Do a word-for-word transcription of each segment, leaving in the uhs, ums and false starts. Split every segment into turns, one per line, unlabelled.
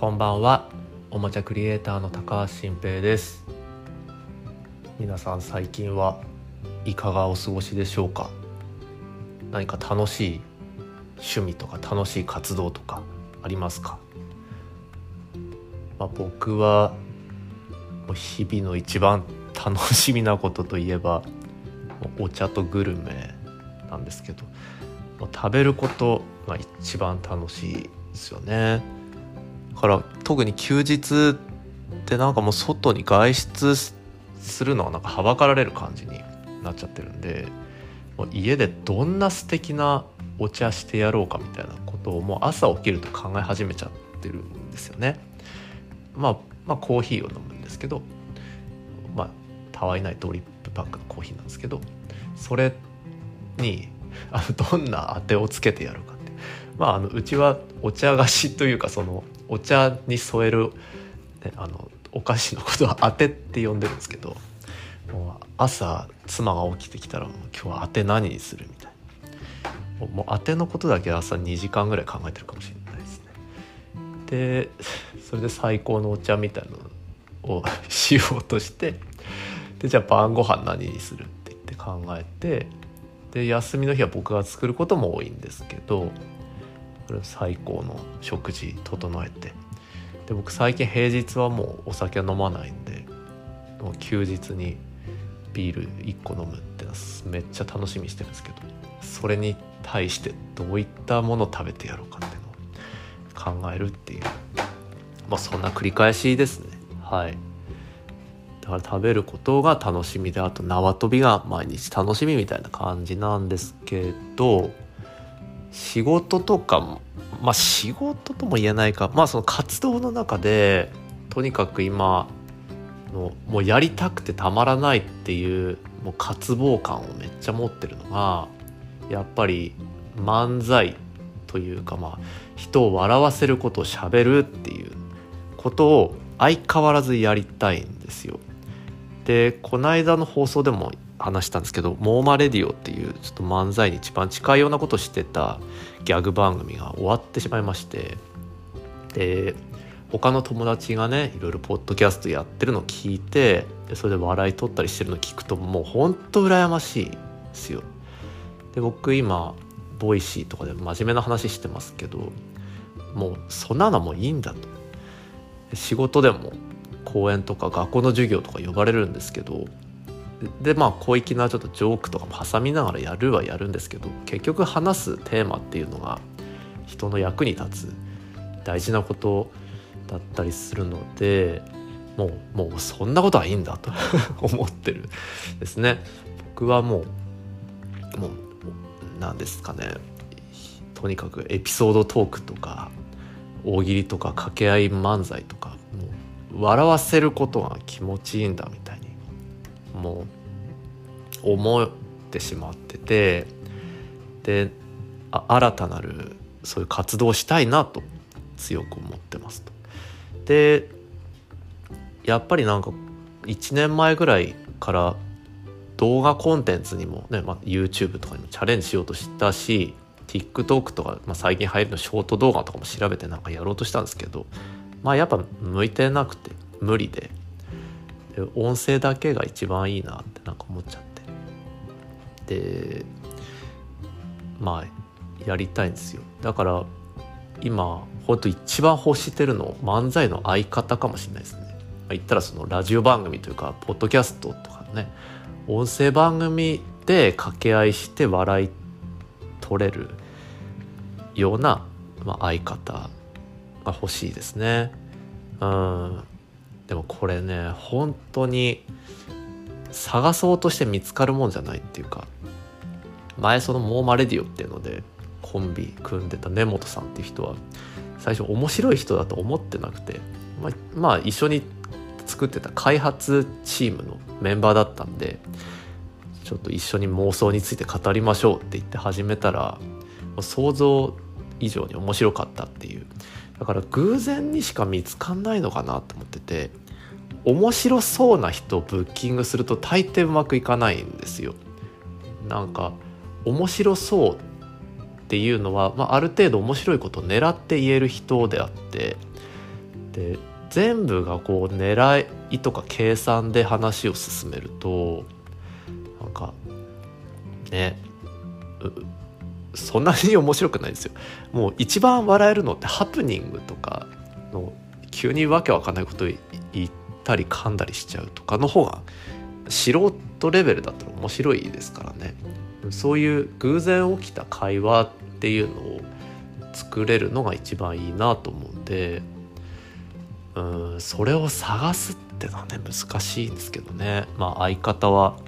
こんばんは。おもちゃクリエイターの高橋新平です。皆さん最近はいかがお過ごしでしょうか。何か楽しい趣味とか楽しい活動とかありますか？まあ、僕はもう日々の一番楽しみなことといえばお茶とグルメなんですけど、もう食べることが一番楽しいですよね。だから特に休日ってなんかもう外に外出するのはなんかはばかられる感じになっちゃってるんで、もう家でどんな素敵なお茶してやろうかみたいなことをもう朝起きると考え始めちゃってるんですよね。まあまあコーヒーを飲むんですけど、まあたわいないドリップパックのコーヒーなんですけど、それにあのどんなあてをつけてやるかって、まああのうちはお茶菓子というか、そのお茶に添える、ね、あのお菓子のことはあてって呼んでるんですけど、もう朝妻が起きてきたらもう今日はあて何にするみたいな、もうあてのことだけ朝にじかんぐらい考えてるかもしれないですね。でそれで最高のお茶みたいなのをしようとして、でじゃあ晩ご飯何にするって言って考えて、で休みの日は僕が作ることも多いんですけど、これ最高の食事整えて、で僕最近平日はもうお酒は飲まないんで、もう休日にビールいっこ飲むってのはめっちゃ楽しみにしてるんですけど、それに対してどういったものを食べてやろうかっていうのを考えるっていう、まあそんな繰り返しですね。はい。だから食べることが楽しみで、あと縄跳びが毎日楽しみみたいな感じなんですけど、仕事とかもまあ仕事とも言えないか、まあその活動の中でとにかく今のもうやりたくてたまらないっていうもう渇望感をめっちゃ持ってるのが、やっぱり漫才というか、まあ人を笑わせることをしゃべるっていうことを相変わらずやりたいんですよ。でこの間の放送でも話したんですけど、モーマレディオっていうちょっと漫才に一番近いようなことをしてたギャグ番組が終わってしまいまして、で他の友達がねいろいろポッドキャストやってるのを聞いて、でそれで笑い取ったりしてるのを聞くともうほんと羨ましいですよ。で僕今ボイシーとかで真面目な話してますけど、もうそんなのもいいんだと。仕事でも講演とか学校の授業とか呼ばれるんですけど、でまあ小粋なちょっとジョークとかも挟みながらやるはやるんですけど、結局話すテーマっていうのが人の役に立つ大事なことだったりするので、もうもうそんなことはいいんだと思ってるですね。僕はもうもう何ですかね、とにかくエピソードトークとか大喜利とか掛け合い漫才とか、もう笑わせることが気持ちいいんだみたいにもう思ってしまってて、であ新たなるそういう活動をしたいなと強く思ってますと。でやっぱりなんかいちねんまえぐらいから動画コンテンツにもね、まあ、YouTube とかにもチャレンジしようとしたし、 TikTok とか、まあ、最近流行りのショート動画とかも調べてなんかやろうとしたんですけど、まあやっぱ向いてなくて無理で、で音声だけが一番いいなってなんか思っちゃって、でまあやりたいんですよ。だから今ほんと一番欲してるの漫才の相方かもしれないですね。まあ、言ったらそのラジオ番組というかポッドキャストとかね、音声番組で掛け合いして笑い取れるような、まあ、相方が欲しいですね。うんでもこれね本当に探そうとして見つかるもんじゃないっていうか、前そのモーマレディオっていうのでコンビ組んでた根本さんっていう人は最初面白い人だと思ってなくて、まあ、まあ一緒に作ってた開発チームのメンバーだったんで、ちょっと一緒に妄想について語りましょうって言って始めたら想像以上に面白かったっていう、だから偶然にしか見つかんないのかなと思ってて、面白そうな人をブッキングすると大抵うまくいかないんですよ。なんか面白そうっていうのは、まあ、ある程度面白いことを狙って言える人であって、 で全部がこう狙いとか計算で話を進めるとなんかねそんなに面白くないんですよ。もう一番笑えるのってハプニングとかの急にわけわかんないことを言ったり噛んだりしちゃうとかの方が素人レベルだったら面白いですからね。そういう偶然起きた会話っていうのを作れるのが一番いいなと思うんで、うんそれを探すってのはね難しいんですけどね。まあ相方はもう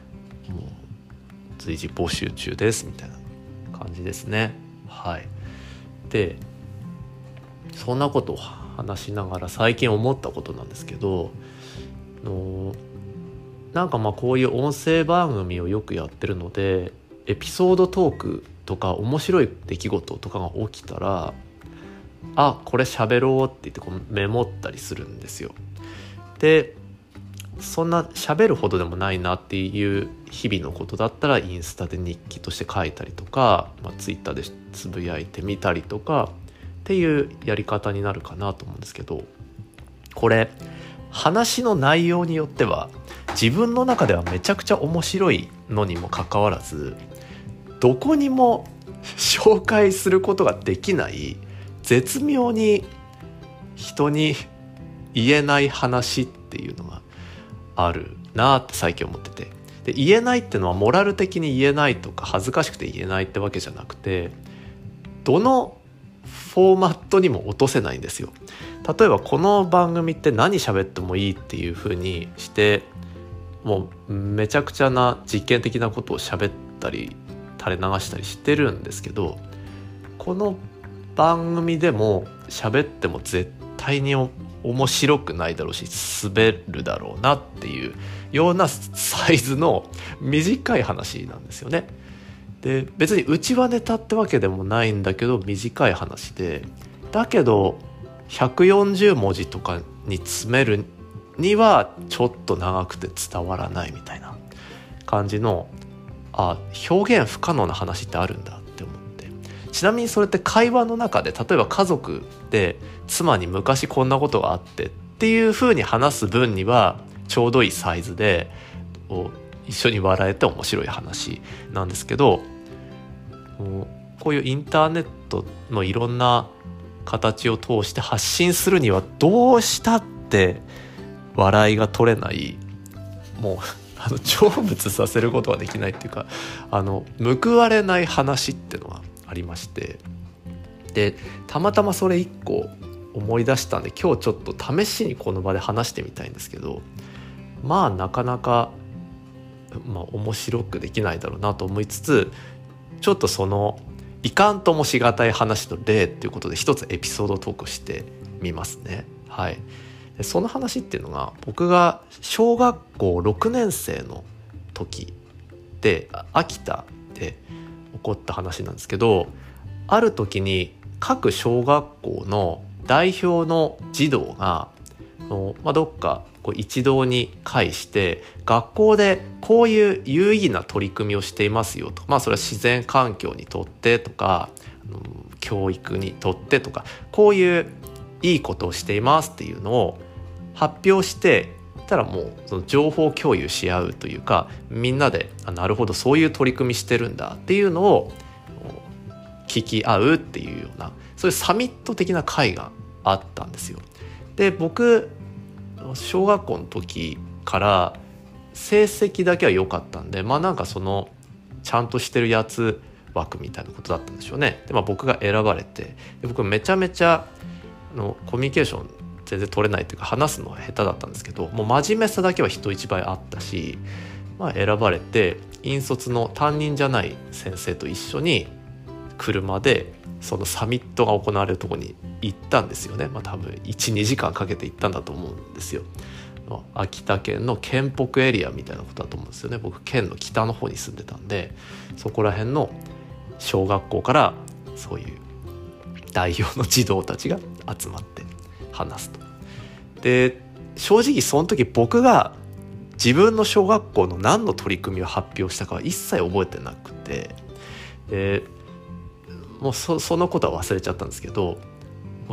随時募集中ですみたいな感じですね。はい。でそんなことを話しながら最近思ったことなんですけど、のなんかまあこういう音声番組をよくやってるのでエピソードトークとか面白い出来事とかが起きたらあこれ喋ろうって言ってこうメモったりするんですよ。でそんな喋るほどでもないなっていう日々のことだったらインスタで日記として書いたりとか、まあ、ツイッターでつぶやいてみたりとかっていうやり方になるかなと思うんですけど、これ話の内容によっては自分の中ではめちゃくちゃ面白いのにもかかわらずどこにも紹介することができない絶妙に人に言えない話っていうのがあるなって最近思ってて、で言えないっていうのはモラル的に言えないとか恥ずかしくて言えないってわけじゃなくてどのフォーマットにも落とせないんですよ。例えばこの番組って何喋ってもいいっていう風にしてもうめちゃくちゃな実験的なことを喋ったり垂れ流したりしてるんですけど、この番組でも喋っても絶対に面白くないだろうし滑るだろうなっていうようなサイズの短い話なんですよね。で別にうちはネタってわけでもないんだけど短い話で、だけどひゃくよんじゅうもじとかに詰めるにはちょっと長くて伝わらないみたいな感じのあ表現不可能な話ってあるんだって思って、ちなみにそれって会話の中で例えば家族で妻に昔こんなことがあってっていう風に話す分にはちょうどいいサイズで一緒に笑えて面白い話なんですけど、こういうインターネットのいろんな形を通して発信するにはどうしたって笑いが取れない、もうあの成仏させることができないっていうかあの報われない話っていうのがありまして、でたまたまそれ一個思い出したんで今日ちょっと試しにこの場で話してみたいんですけど、まあなかなか、まあ、面白くできないだろうなと思いつつちょっとそのいかんともしがたい話の例っていうことで一つエピソードトークしてみますね。はい。でその話っていうのが僕が小学校ろくねん生の時で秋田で起こった話なんですけど、ある時に各小学校の代表の児童がまあ、どっかこう一堂に会して学校でこういう有意義な取り組みをしていますよと、まあそれは自然環境にとってとか教育にとってとかこういういいことをしていますっていうのを発表してたらもうその情報共有し合うというかみんなであなるほどそういう取り組みしてるんだっていうのを聞き合うっていうようなそういうサミット的な会があったんですよ。で僕小学校の時から成績だけは良かったんでまあなんかそのちゃんとしてるやつ枠みたいなことだったんでしょうね。で、まあ、僕が選ばれてで僕めちゃめちゃのコミュニケーション全然取れないというか話すのは下手だったんですけどもう真面目さだけは人一倍あったし、まあ、選ばれて引率の担任じゃない先生と一緒に車でそのサミットが行われるところに行ったんですよね。まあ多分 いちにじかんかけて行ったんだと思うんですよ。秋田県の県北エリアみたいなことだと思うんですよね。僕県の北の方に住んでたんでそこら辺の小学校からそういう代表の児童たちが集まって話すと。で正直その時僕が自分の小学校の何の取り組みを発表したかは一切覚えてなくてでもう そ, そのことは忘れちゃったんですけどもう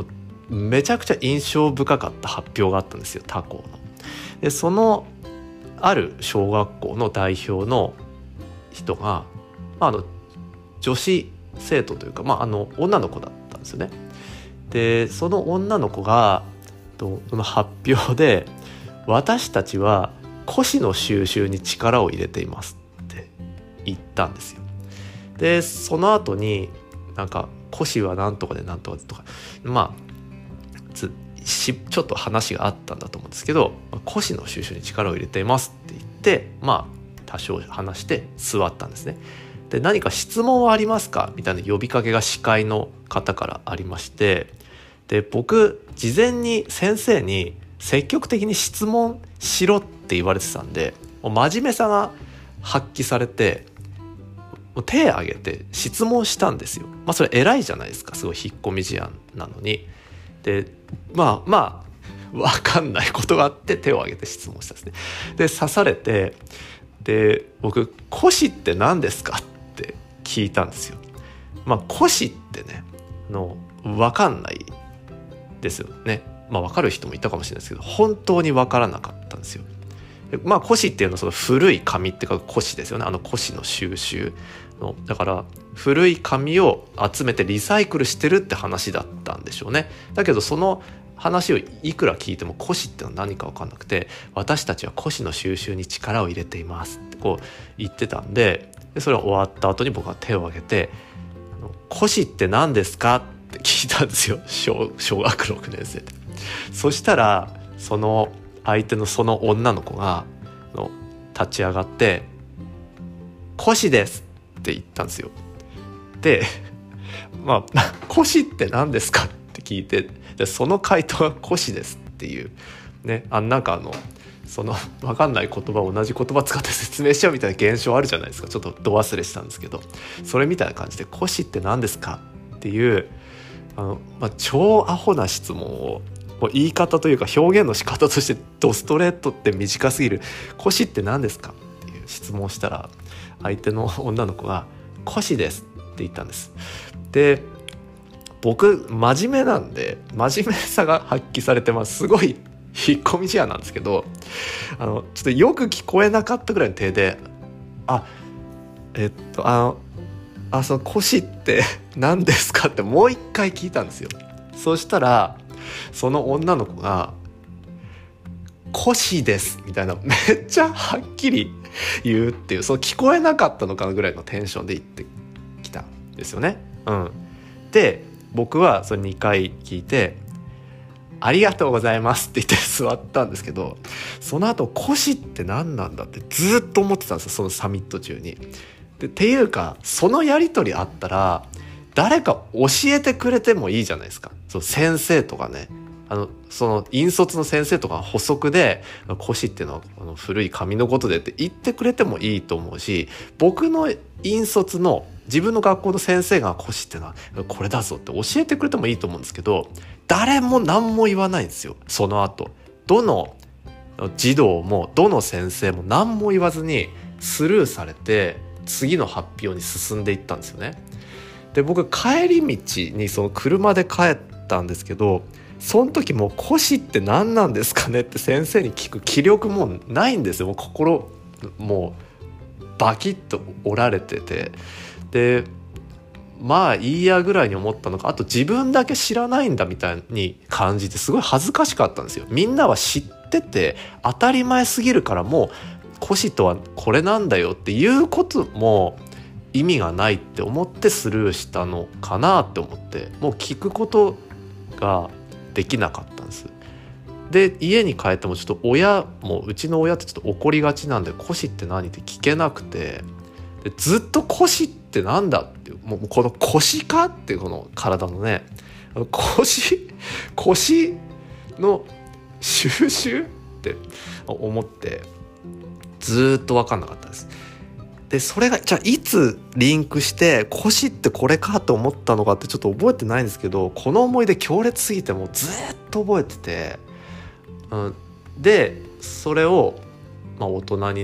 めちゃくちゃ印象深かった発表があったんですよ、他校の。でそのある小学校の代表の人が、まあ、あの女子生徒というか、まあ、あの女の子だったんですよね。でその女の子がとその発表で、私たちは古紙の収集に力を入れていますって言ったんですよ。でその後になんか古紙はなんとかでなんとかでとか、まあつしちょっと話があったんだと思うんですけど、古紙の収集に力を入れていますって言って、まあ多少話して座ったんですね。で何か質問はありますかみたいな呼びかけが司会の方からありまして、で僕事前に先生に積極的に質問しろって言われてたんで、もう真面目さが発揮されて、もう手を挙げて質問したんですよ。まあそれ偉いじゃないですか、すごい引っ込み思案なのに。でまあまあ分かんないことがあって手を挙げて質問したんですね。で刺されて、で僕古紙って何ですかって聞いたんですよ。まあ古紙ってねの分かんないですよね。まあ分かる人もいたかもしれないですけど、本当に分からなかったんですよ。でまあ古紙っていうのはその古い紙っていうか古紙ですよね。あの古紙の収集の、だから古い紙を集めてリサイクルしてるって話だったんでしょうね。だけどその話をいくら聞いても古紙ってのは何か分かんなくて、私たちは古紙の収集に力を入れていますってこう言ってたんで、でそれが終わった後に僕は手を挙げて、古紙って何ですかって聞いたんですよ、 小, 小学ろくねん生で。そしたらその相手のその女の子がの立ち上がって古紙ですって言ったんですよ。でまあ古紙って何ですかって聞いて、でその回答が古紙ですっていうね、あなんかあのその分かんない言葉を同じ言葉使って説明しちゃうみたいな現象あるじゃないですか。ちょっとど忘れしたんですけど、それみたいな感じで古紙って何ですかっていうあの、まあ、超アホな質問を、もう言い方というか表現の仕方としてドストレートって短すぎる古紙って何ですかっていう質問をしたら、相手の女の子が古紙ですって言ったんです。で僕真面目なんで真面目さが発揮されてます。すごい引っ込み思案なんですけど、あのちょっとよく聞こえなかったぐらいの手で、あえっとあのあその古紙って何ですかってもう一回聞いたんですよ。そしたらその女の子が古紙ですみたいな、めっちゃはっきり言うっていう、その聞こえなかったのかなぐらいのテンションで言ってきたんですよね。うん、で僕はそれにかい聞いてありがとうございますって言って座ったんですけど、その後古紙って何なんだってずっと思ってたんですよ、そのサミット中に。でっていうかそのやり取りあったら誰か教えてくれてもいいじゃないですか。そう先生とかね、あのその引率の先生とか補足で古紙っていうのはあの古い紙のことでって言ってくれてもいいと思うし、僕の引率の自分の学校の先生が古紙ってのはこれだぞって教えてくれてもいいと思うんですけど、誰も何も言わないんですよ。その後どの児童もどの先生も何も言わずにスルーされて次の発表に進んでいったんですよね。で僕帰り道にその車で帰ったんですけど、その時も古紙って何なんですかねって先生に聞く気力もうないんですよ。もう心もうバキッと折られてて、でまあいいやぐらいに思ったのか、あと自分だけ知らないんだみたいに感じてすごい恥ずかしかったんですよ。みんなは知ってて当たり前すぎるから、もう古紙とはこれなんだよっていうことも意味がないって思ってスルーしたのかなって思って、もう聞くことができなかったんです。で家に帰ってもちょっと親もうちの親ってちょっと怒りがちなんで古紙って何って聞けなくて、でずっと古紙ってなんだっていう、もうこの腰かっていうこの体のね腰腰の収集って思ってずっと分かんなかったです。でそれがじゃあいつリンクして腰ってこれかと思ったのかってちょっと覚えてないんですけど、この思い出強烈すぎてもうずっと覚えてて、うん、でそれを、まあ、大人になっ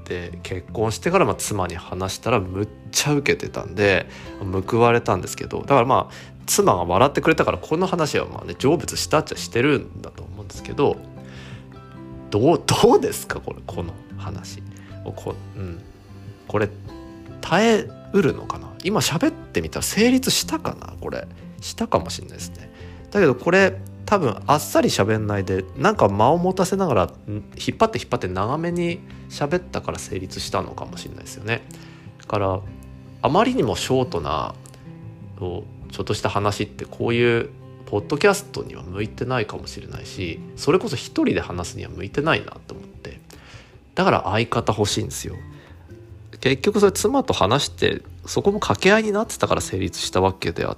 で結婚してからまあ妻に話したらむっちゃウケてたんで報われたんですけど、だからまあ妻が笑ってくれたからこの話はまあね成仏したっちゃしてるんだと思うんですけど、どうどうですかこれこの話こ、うん、これ耐えうるのかな。今喋ってみたら成立したかな。これしたかもしれないですね。だけどこれ多分あっさり喋んないでなんか間を持たせながら引っ張って引っ張って長めに喋ったから成立したのかもしれないですよね。だからあまりにもショートなちょっとした話ってこういうポッドキャストには向いてないかもしれないし、それこそ一人で話すには向いてないなと思って、だから相方欲しいんですよ。結局それ妻と話してそこも掛け合いになってたから成立したわけであって、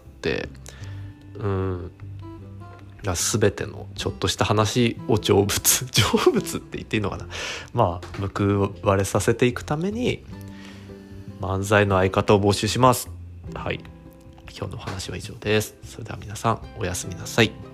うん全てのちょっとした話を成仏成仏って言っていいのかな、まあ報われさせていくために漫才の相方を募集します。はい、今日のお話は以上です。それでは皆さんおやすみなさい。